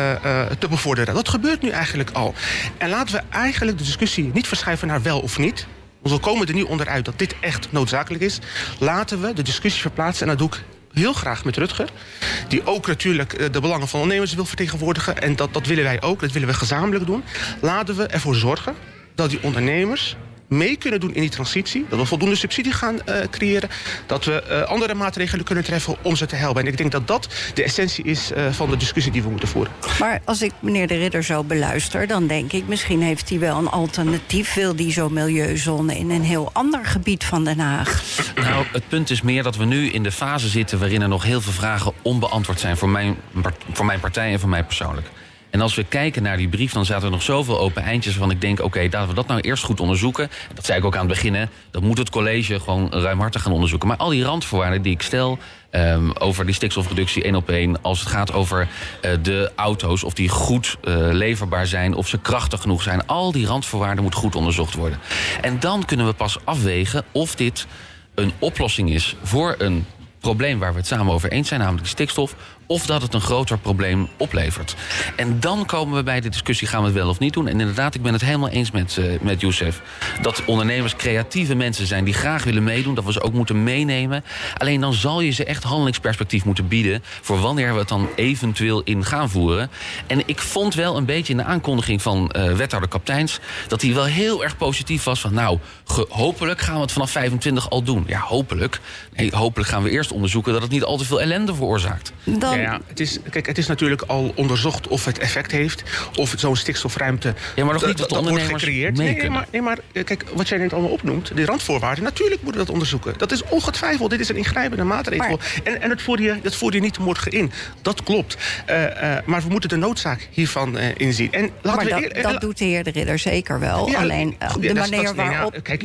te bevorderen. Dat gebeurt nu eigenlijk al. En laten we eigenlijk de discussie niet verschuiven naar wel of niet. Want we komen er nu onderuit dat dit echt noodzakelijk is. Laten we de discussie verplaatsen. En dat doe ik heel graag met Rutger. Die ook natuurlijk de belangen van ondernemers wil vertegenwoordigen. En dat willen wij ook. Dat willen we gezamenlijk doen. Laten we ervoor zorgen dat die ondernemers mee kunnen doen in die transitie. Dat we voldoende subsidie gaan creëren. Dat we andere maatregelen kunnen treffen om ze te helpen. En ik denk dat dat de essentie is van de discussie die we moeten voeren. Maar als ik meneer De Ridder zo beluister, dan denk ik, misschien heeft hij wel een alternatief. Wil die zo'n milieuzone in een heel ander gebied van Den Haag? Nou, het punt is meer dat we nu in de fase zitten waarin er nog heel veel vragen onbeantwoord zijn voor mijn partij en voor mij persoonlijk. En als we kijken naar die brief, dan zaten er nog zoveel open eindjes van ik denk, oké, laten we dat nou eerst goed onderzoeken. Dat zei ik ook aan het begin, dat moet het college gewoon ruimhartig gaan onderzoeken. Maar al die randvoorwaarden die ik stel over die stikstofreductie 1-op-1... als het gaat over de auto's, of die goed leverbaar zijn, of ze krachtig genoeg zijn. Al die randvoorwaarden moeten goed onderzocht worden. En dan kunnen we pas afwegen of dit een oplossing is voor een probleem waar we het samen over eens zijn, namelijk stikstof, of dat het een groter probleem oplevert. En dan komen we bij de discussie, gaan we het wel of niet doen? En inderdaad, ik ben het helemaal eens met Youssef. Dat ondernemers creatieve mensen zijn die graag willen meedoen, dat we ze ook moeten meenemen. Alleen dan zal je ze echt handelingsperspectief moeten bieden voor wanneer we het dan eventueel in gaan voeren. En ik vond wel een beetje in de aankondiging van wethouder Kapteins dat hij wel heel erg positief was van nou, hopelijk gaan we het vanaf 25 al doen. Ja, hopelijk. Nee, hopelijk gaan we eerst onderzoeken dat het niet al te veel ellende veroorzaakt. Ja, het is natuurlijk al onderzocht of het effect heeft, of zo'n stikstofruimte ja, maar nog niet dat wordt gecreëerd. Nee, maar kijk, wat jij net allemaal opnoemt, die randvoorwaarden, natuurlijk moeten we dat onderzoeken. Dat is ongetwijfeld, dit is een ingrijpende maatregel. En dat voer je niet morgen in. Dat klopt. Maar we moeten de noodzaak hiervan inzien. En dat doet de heer De Ridder zeker wel. Ja, alleen de manier waarop... Kijk,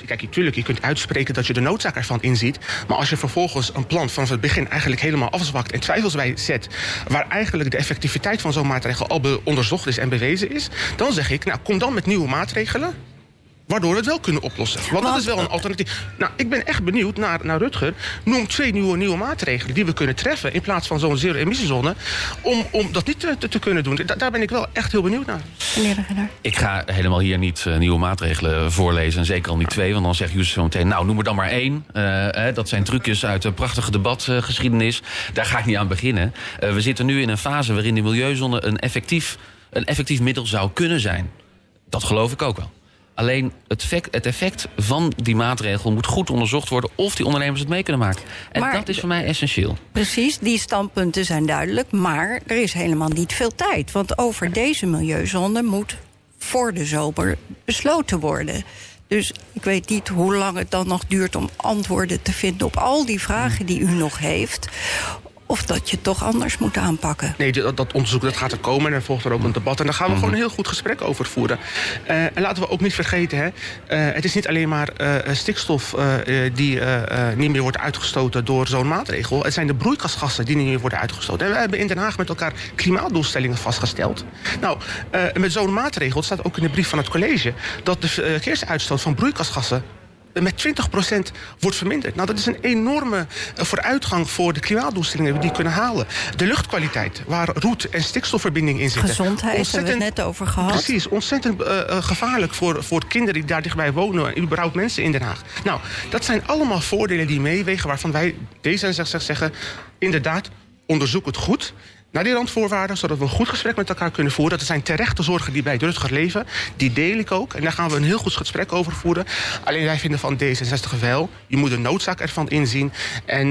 je kunt uitspreken dat je de noodzaak ervan inziet, maar als je vervolgens een plan vanaf het begin eigenlijk helemaal afzwakt en twijfels bij zet, waar eigenlijk de effectiviteit van zo'n maatregel al onderzocht is en bewezen is, dan zeg ik, nou, kom dan met nieuwe maatregelen, waardoor we het wel kunnen oplossen. Want dat is wel een alternatief. Nou, ik ben echt benieuwd naar Rutger. Noem 2 nieuwe maatregelen die we kunnen treffen in plaats van zo'n zero-emissiezone, om dat niet te kunnen doen. Daar ben ik wel echt heel benieuwd naar. Ik ga helemaal hier niet nieuwe maatregelen voorlezen, en zeker al niet 2, want dan zegt Youssef zo meteen, nou, noem er dan maar 1. Dat zijn trucjes uit de prachtige debatgeschiedenis. Daar ga ik niet aan beginnen. We zitten nu in een fase waarin de milieuzone een effectief middel zou kunnen zijn. Dat geloof ik ook wel. Alleen het effect van die maatregel moet goed onderzocht worden of die ondernemers het mee kunnen maken. En maar dat is voor mij essentieel. Precies, die standpunten zijn duidelijk, maar er is helemaal niet veel tijd. Want over deze milieuzone moet voor de zomer besloten worden. Dus ik weet niet hoe lang het dan nog duurt om antwoorden te vinden op al die vragen die u nog heeft. Of dat je het toch anders moet aanpakken. Nee, dat onderzoek dat gaat er komen en er volgt er ook een debat. En daar gaan we gewoon een heel goed gesprek over voeren. En laten we ook niet vergeten, het is niet alleen maar stikstof die niet meer wordt uitgestoten door zo'n maatregel. Het zijn de broeikasgassen die niet meer worden uitgestoten. En we hebben in Den Haag met elkaar klimaatdoelstellingen vastgesteld. Nou, met zo'n maatregel, het staat ook in de brief van het college, dat de verkeersuitstoot van broeikasgassen met 20% wordt verminderd. Nou, dat is een enorme vooruitgang voor de klimaatdoelstellingen die we kunnen halen. De luchtkwaliteit, waar roet- en stikstofverbinding in zitten. Gezondheid hebben we het net over gehad. Precies, ontzettend gevaarlijk voor kinderen die daar dichtbij wonen en überhaupt mensen in Den Haag. Nou, dat zijn allemaal voordelen die meewegen, waarvan wij D66 zeggen, inderdaad, onderzoek het goed naar die randvoorwaarden, zodat we een goed gesprek met elkaar kunnen voeren. Dat zijn terechte zorgen die bij Rutger leven. Die deel ik ook. En daar gaan we een heel goed gesprek over voeren. Alleen wij vinden van D66 wel, je moet de noodzaak ervan inzien en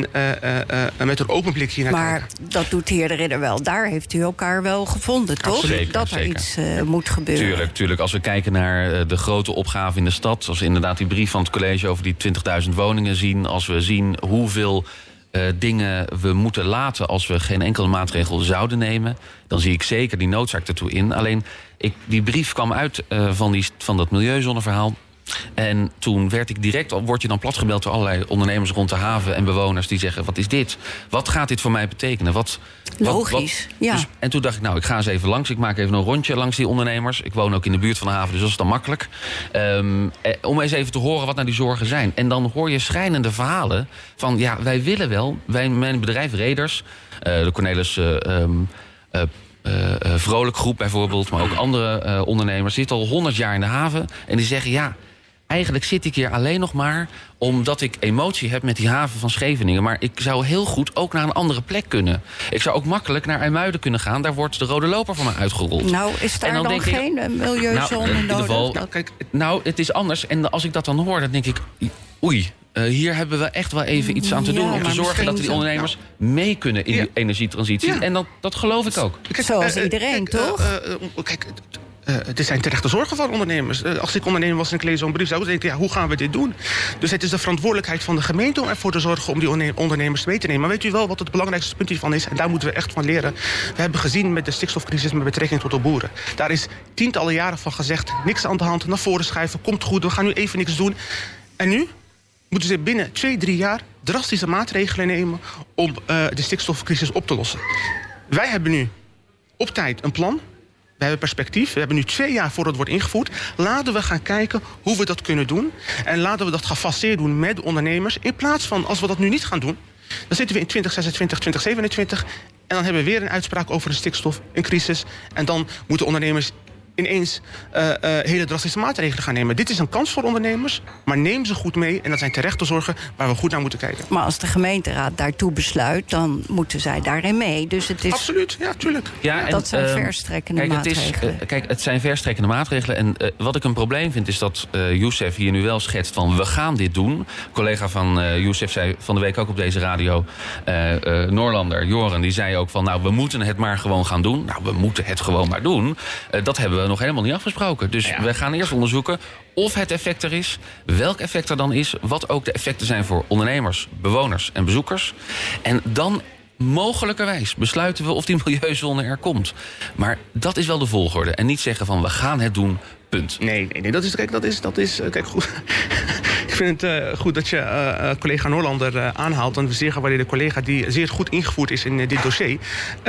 met een open blik hier naar kijken. Maar dat doet de heer De Ridder wel. Daar heeft u elkaar wel gevonden, toch? Zeker, dat er iets moet gebeuren. Tuurlijk. Als we kijken naar de grote opgave in de stad, als we inderdaad die brief van het college over die 20.000 woningen zien, als we zien hoeveel dingen we moeten laten als we geen enkele maatregel zouden nemen, dan zie ik zeker die noodzaak ertoe in. Alleen, die brief kwam uit van dat milieuzoneverhaal. En toen word je dan platgebeld door allerlei ondernemers rond de haven en bewoners die zeggen: wat is dit? Wat gaat dit voor mij betekenen? Logisch, ja. Dus, en toen dacht ik, ik ga eens even langs. Ik maak even een rondje langs die ondernemers. Ik woon ook in de buurt van de haven, dus dat is dan makkelijk. Om eens even te horen wat nou die zorgen zijn. En dan hoor je schrijnende verhalen van: wij willen wel, mijn bedrijf Reders, de Cornelis Vrolijk Groep bijvoorbeeld, maar ook andere ondernemers zitten al 100 jaar in de haven. En die zeggen: eigenlijk zit ik hier alleen nog maar omdat ik emotie heb met die haven van Scheveningen. Maar ik zou heel goed ook naar een andere plek kunnen. Ik zou ook makkelijk naar IJmuiden kunnen gaan. Daar wordt de rode loper voor mij uitgerold. Nou, is daar dan geen milieuzone nodig? Het is anders. En als ik dat dan hoor, dan denk ik: oei. Hier hebben we echt wel even iets aan te doen om te zorgen dat die ondernemers mee kunnen in die energietransitie. Ja. En dat geloof ik ook. Zoals iedereen, toch? Het zijn terechte zorgen van ondernemers. Als ik ondernemer was en ik lees zo'n brief, zou ik denken: hoe gaan we dit doen? Dus het is de verantwoordelijkheid van de gemeente om ervoor te zorgen om die ondernemers mee te nemen. Maar weet u wel wat het belangrijkste punt hiervan is? En daar moeten we echt van leren. We hebben gezien met de stikstofcrisis met betrekking tot de boeren. Daar is tientallen jaren van gezegd: niks aan de hand, naar voren schuiven, komt goed, we gaan nu even niks doen. En nu moeten ze binnen 2-3 jaar drastische maatregelen nemen om de stikstofcrisis op te lossen. Wij hebben nu op tijd een plan. We hebben perspectief. We hebben nu 2 jaar voordat het wordt ingevoerd. Laten we gaan kijken hoe we dat kunnen doen. En laten we dat gefaseerd doen met de ondernemers. In plaats van, als we dat nu niet gaan doen, dan zitten we in 2026, 2027... en dan hebben we weer een uitspraak over de stikstof, een crisis. En dan moeten ondernemers ineens hele drastische maatregelen gaan nemen. Dit is een kans voor ondernemers, maar neem ze goed mee. En dat zijn terechte zorgen waar we goed naar moeten kijken. Maar als de gemeenteraad daartoe besluit, dan moeten zij daarin mee. Dus het is... Absoluut, ja, tuurlijk. Ja, dat zijn verstrekkende maatregelen. Het zijn verstrekkende maatregelen. En wat ik een probleem vind, is dat Youssef hier nu wel schetst van: we gaan dit doen. Een collega van Youssef zei van de week ook op deze radio, Noorlander, Joren, die zei ook van: we moeten het maar gewoon gaan doen. We moeten het gewoon maar doen. Dat hebben we nog helemaal niet afgesproken. Dus we gaan eerst onderzoeken of het effect er is, welk effect er dan is, wat ook de effecten zijn voor ondernemers, bewoners en bezoekers. En dan mogelijkerwijs besluiten we of die milieuzone er komt. Maar dat is wel de volgorde. En niet zeggen van: we gaan het doen, punt. Nee, dat is kijk, goed. Ik vind het goed dat je collega Noorlander aanhaalt. Een zeer gewaardeerde collega die zeer goed ingevoerd is in dit dossier.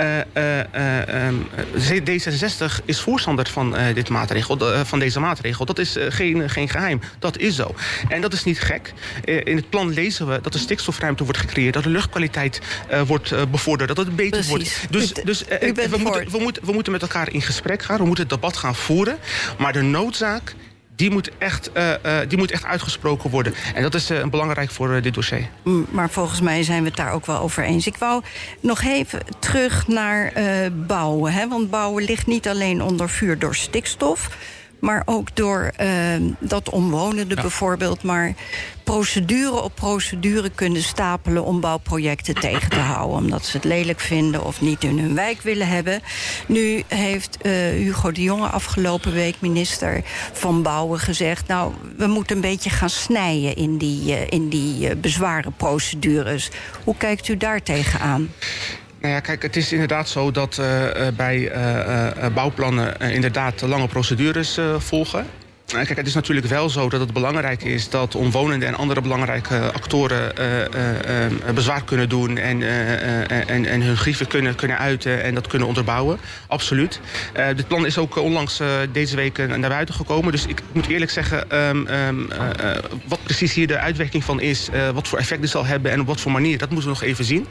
D66 is voorstander van deze maatregel. Dat is geen geheim. Dat is zo. En dat is niet gek. In het plan lezen we dat de stikstofruimte wordt gecreëerd, dat de luchtkwaliteit wordt bevorderd, dat het beter wordt. Dus we moeten met elkaar in gesprek gaan. We moeten het debat gaan voeren. Maar de noodzaak, die moet echt uitgesproken worden. En dat is belangrijk voor dit dossier. Maar volgens mij zijn we het daar ook wel over eens. Ik wou nog even terug naar bouwen. Hè? Want bouwen ligt niet alleen onder vuur door stikstof, maar ook door dat omwonenden bijvoorbeeld maar procedure op procedure kunnen stapelen om bouwprojecten tegen te houden. Omdat ze het lelijk vinden of niet in hun wijk willen hebben. Nu heeft Hugo de Jonge afgelopen week, minister van Bouwen, gezegd: we moeten een beetje gaan snijden in die bezwarenprocedures. Hoe kijkt u daar tegenaan? Nou ja, kijk, het is inderdaad zo dat bij bouwplannen inderdaad lange procedures volgen. Kijk, het is natuurlijk wel zo dat het belangrijk is dat omwonenden en andere belangrijke actoren bezwaar kunnen doen en hun grieven kunnen uiten en dat kunnen onderbouwen. Absoluut. Dit plan is ook onlangs deze week naar buiten gekomen. Dus ik moet eerlijk zeggen, wat precies hier de uitwerking van is, wat voor effect dit zal hebben en op wat voor manier, dat moeten we nog even zien.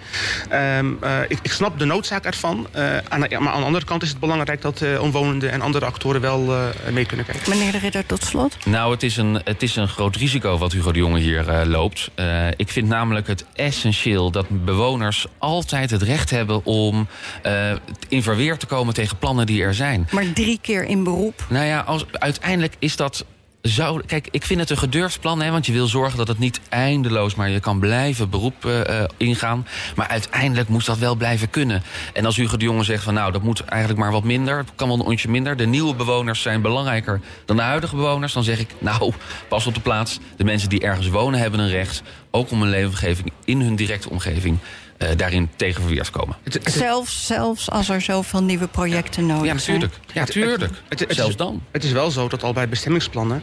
Ik snap de noodzaak ervan. Maar aan de andere kant is het belangrijk dat omwonenden en andere actoren wel mee kunnen kijken. Meneer de Ridder, tot slot. Het is een groot risico wat Hugo de Jonge hier loopt. Ik vind namelijk het essentieel dat bewoners altijd het recht hebben om in verweer te komen tegen plannen die er zijn. Maar 3 keer in beroep? Uiteindelijk is dat zo. Kijk, ik vind het een gedurfd plan, want je wil zorgen dat het niet eindeloos, maar je kan blijven beroep ingaan. Maar uiteindelijk moet dat wel blijven kunnen. En als Hugo de Jonge zegt van dat moet eigenlijk maar wat minder, het kan wel een onsje minder, de nieuwe bewoners zijn belangrijker dan de huidige bewoners, dan zeg ik pas op de plaats. De mensen die ergens wonen hebben een recht, ook om een leefomgeving in hun directe omgeving daarin tegen verweer te komen. Zelfs als er zoveel nieuwe projecten nodig zijn? Ja, natuurlijk. Zelfs dan. Het is wel zo dat al bij bestemmingsplannen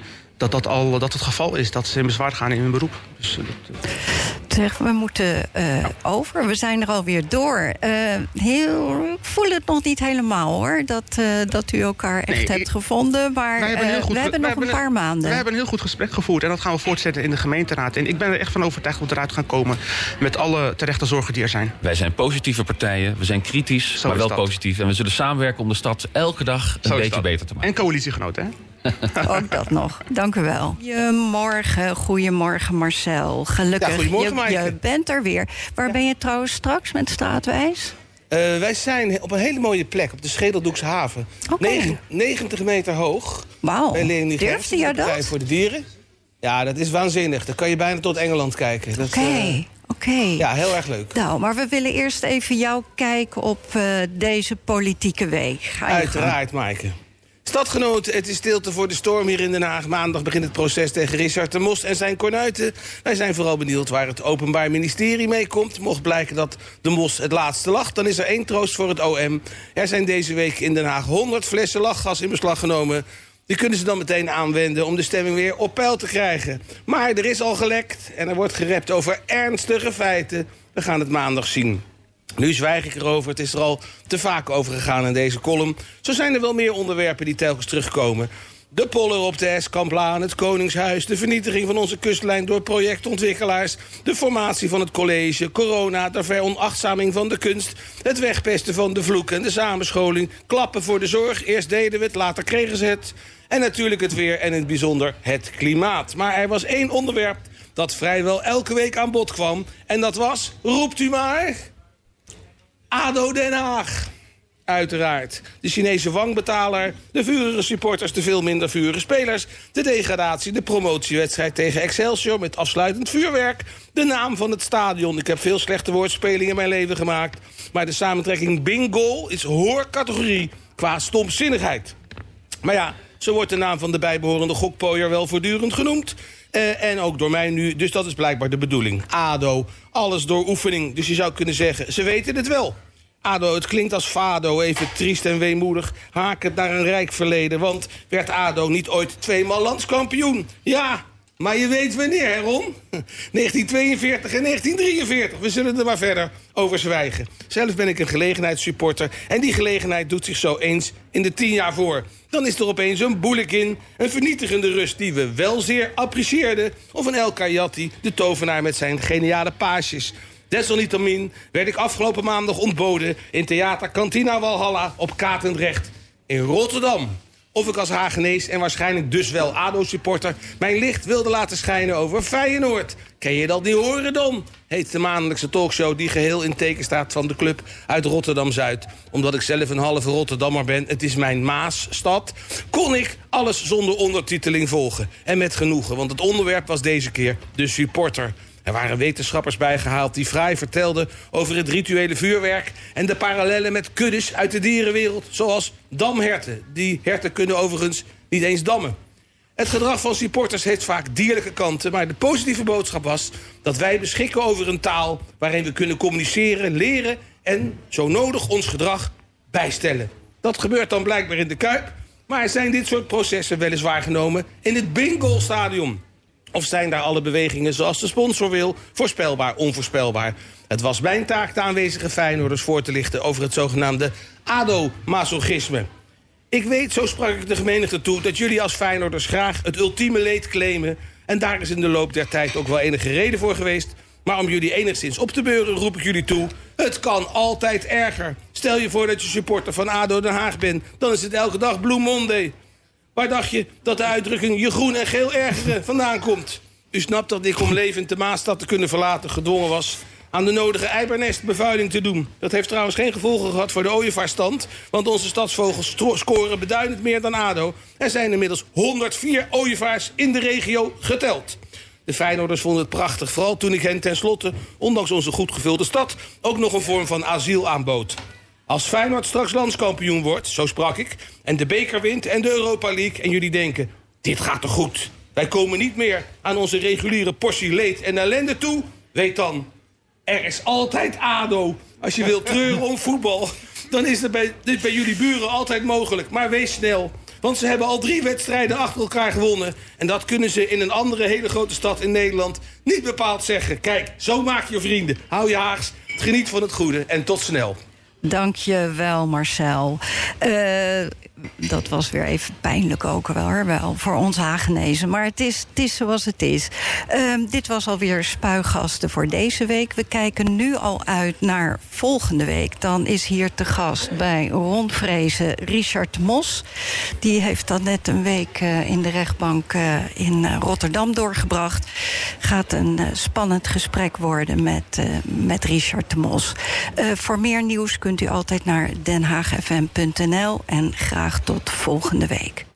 dat het geval is. Dat ze in bezwaar gaan in hun beroep. Dus, Zeg, we moeten over. We zijn er alweer door. Ik voel het nog niet helemaal, hoor. Dat u elkaar echt hebt gevonden. Maar we hebben nog een paar maanden. We hebben een heel goed gesprek gevoerd. En dat gaan we voortzetten in de gemeenteraad. En ik ben er echt van overtuigd dat we eruit gaan komen met alle terechte zorgen die er zijn. Wij zijn positieve partijen. We zijn kritisch, maar wel positief. En we zullen samenwerken om de stad elke dag een beetje beter te maken. En coalitiegenoten, hè? Ook dat nog. Dank u wel. Goedemorgen Marcel. Gelukkig, ja, goedemorgen, Maaike. Je bent er weer. Waar ben je trouwens straks met Straatwijs? Wij zijn op een hele mooie plek, op de Schedeldoekse haven. 90 meter hoog. Wauw, durfde je dat? Voor de dieren. Ja, dat is waanzinnig. Dan kan je bijna tot Engeland kijken. Oké. Ja, heel erg leuk. Nou, maar we willen eerst even jou kijken op deze politieke week. Uiteraard, Maaike. Stadgenoten, het is stilte voor de storm hier in Den Haag. Maandag begint het proces tegen Richard de Mos en zijn kornuiten. Wij zijn vooral benieuwd waar het Openbaar Ministerie mee komt. Mocht blijken dat de Mos het laatste lacht, dan is er één troost voor het OM. Er zijn deze week in Den Haag 100 flessen lachgas in beslag genomen. Die kunnen ze dan meteen aanwenden om de stemming weer op peil te krijgen. Maar er is al gelekt en er wordt gerept over ernstige feiten. We gaan het maandag zien. Nu zwijg ik erover, het is er al te vaak over gegaan in deze column. Zo zijn er wel meer onderwerpen die telkens terugkomen. De polder op de Escamplaan, het Koningshuis, de vernietiging van onze kustlijn door projectontwikkelaars, de formatie van het college, corona, de veronachtzaming van de kunst, het wegpesten van de vloek en de samenscholing, klappen voor de zorg. Eerst deden we het, later kregen ze het. En natuurlijk het weer en in het bijzonder het klimaat. Maar er was één onderwerp dat vrijwel elke week aan bod kwam. En dat was, roept u maar, ADO Den Haag. Uiteraard. De Chinese wangbetaler, de vurige supporters, de veel minder vurige spelers, de degradatie, de promotiewedstrijd tegen Excelsior met afsluitend vuurwerk, de naam van het stadion. Ik heb veel slechte woordspelingen in mijn leven gemaakt, maar de samentrekking bingo is hoorcategorie qua stomzinnigheid. Maar ja, zo wordt de naam van de bijbehorende gokpooier wel voortdurend genoemd. En ook door mij nu, dus dat is blijkbaar de bedoeling. ADO, alles door oefening. Dus je zou kunnen zeggen, ze weten het wel. ADO, het klinkt als Fado, even triest en weemoedig. Hakend naar een rijk verleden, want werd ADO niet ooit 2-maal landskampioen? Ja, maar je weet wanneer, hè Ron? 1942 en 1943. We zullen er maar verder over zwijgen. Zelf ben ik een gelegenheidssupporter en die gelegenheid doet zich zo eens in de 10 jaar voor. Dan is er opeens een boelekin, een vernietigende rust die we wel zeer apprecieerden, of een El Kayati, de tovenaar met zijn geniale paasjes. Desalniettemin werd ik afgelopen maandag ontboden in Theater Cantina Walhalla op Katendrecht in Rotterdam. Of ik als Hagenees en waarschijnlijk dus wel ADO-supporter mijn licht wilde laten schijnen over Feyenoord. Ken je dat niet horen dan? Heet de maandelijkse talkshow die geheel in teken staat van de club uit Rotterdam-Zuid. Omdat ik zelf een halve Rotterdammer ben, het is mijn Maasstad, kon ik alles zonder ondertiteling volgen. En met genoegen, want het onderwerp was deze keer de supporter. Er waren wetenschappers bijgehaald die fraai vertelden over het rituele vuurwerk en de parallellen met kuddes uit de dierenwereld, zoals damherten. Die herten kunnen overigens niet eens dammen. Het gedrag van supporters heeft vaak dierlijke kanten, maar de positieve boodschap was dat wij beschikken over een taal waarin we kunnen communiceren, leren en zo nodig ons gedrag bijstellen. Dat gebeurt dan blijkbaar in de Kuip, maar zijn dit soort processen wel eens waargenomen in het Bingo-stadion? Of zijn daar alle bewegingen zoals de sponsor wil voorspelbaar, onvoorspelbaar? Het was mijn taak de aanwezige Feyenoorders voor te lichten over het zogenaamde ADO-masochisme. Ik weet, zo sprak ik de menigte toe, dat jullie als Feyenoorders graag het ultieme leed claimen. En daar is in de loop der tijd ook wel enige reden voor geweest. Maar om jullie enigszins op te beuren roep ik jullie toe, het kan altijd erger. Stel je voor dat je supporter van ADO Den Haag bent, dan is het elke dag Blue Monday. Waar dacht je dat de uitdrukking je groen en geel ergeren vandaan komt? U snapt dat ik om levend de Maasstad te kunnen verlaten gedwongen was aan de nodige eibernestbevuiling te doen. Dat heeft trouwens geen gevolgen gehad voor de ooievaarsstand, want onze stadsvogels scoren beduidend meer dan ADO. Er zijn inmiddels 104 ooievaars in de regio geteld. De Feyenoorders vonden het prachtig, vooral toen ik hen tenslotte, ondanks onze goed gevulde stad, ook nog een vorm van asiel aanbood. Als Feyenoord straks landskampioen wordt, zo sprak ik, en de beker wint en de Europa League, en jullie denken, dit gaat toch goed? Wij komen niet meer aan onze reguliere portie leed en ellende toe. Weet dan, er is altijd ADO. Als je wilt treuren om voetbal, dan is het bij jullie buren altijd mogelijk. Maar wees snel, Want ze hebben al 3 wedstrijden achter elkaar gewonnen. En dat kunnen ze in een andere hele grote stad in Nederland niet bepaald zeggen. Kijk, zo maak je vrienden. Hou je Haags, geniet van het goede en tot snel. Dank je wel, Marcel. Dat was weer even pijnlijk ook wel voor ons Hagenezen. Maar het is zoals het is. Dit was alweer Spuigasten voor deze week. We kijken nu al uit naar volgende week. Dan is hier te gast bij Ron Vrezen Richard Mos. Die heeft dan net een week in de rechtbank in Rotterdam doorgebracht. Gaat een spannend gesprek worden met Richard de Mos. Voor meer nieuws kunt u altijd naar denhaagfm.nl en graag tot volgende week.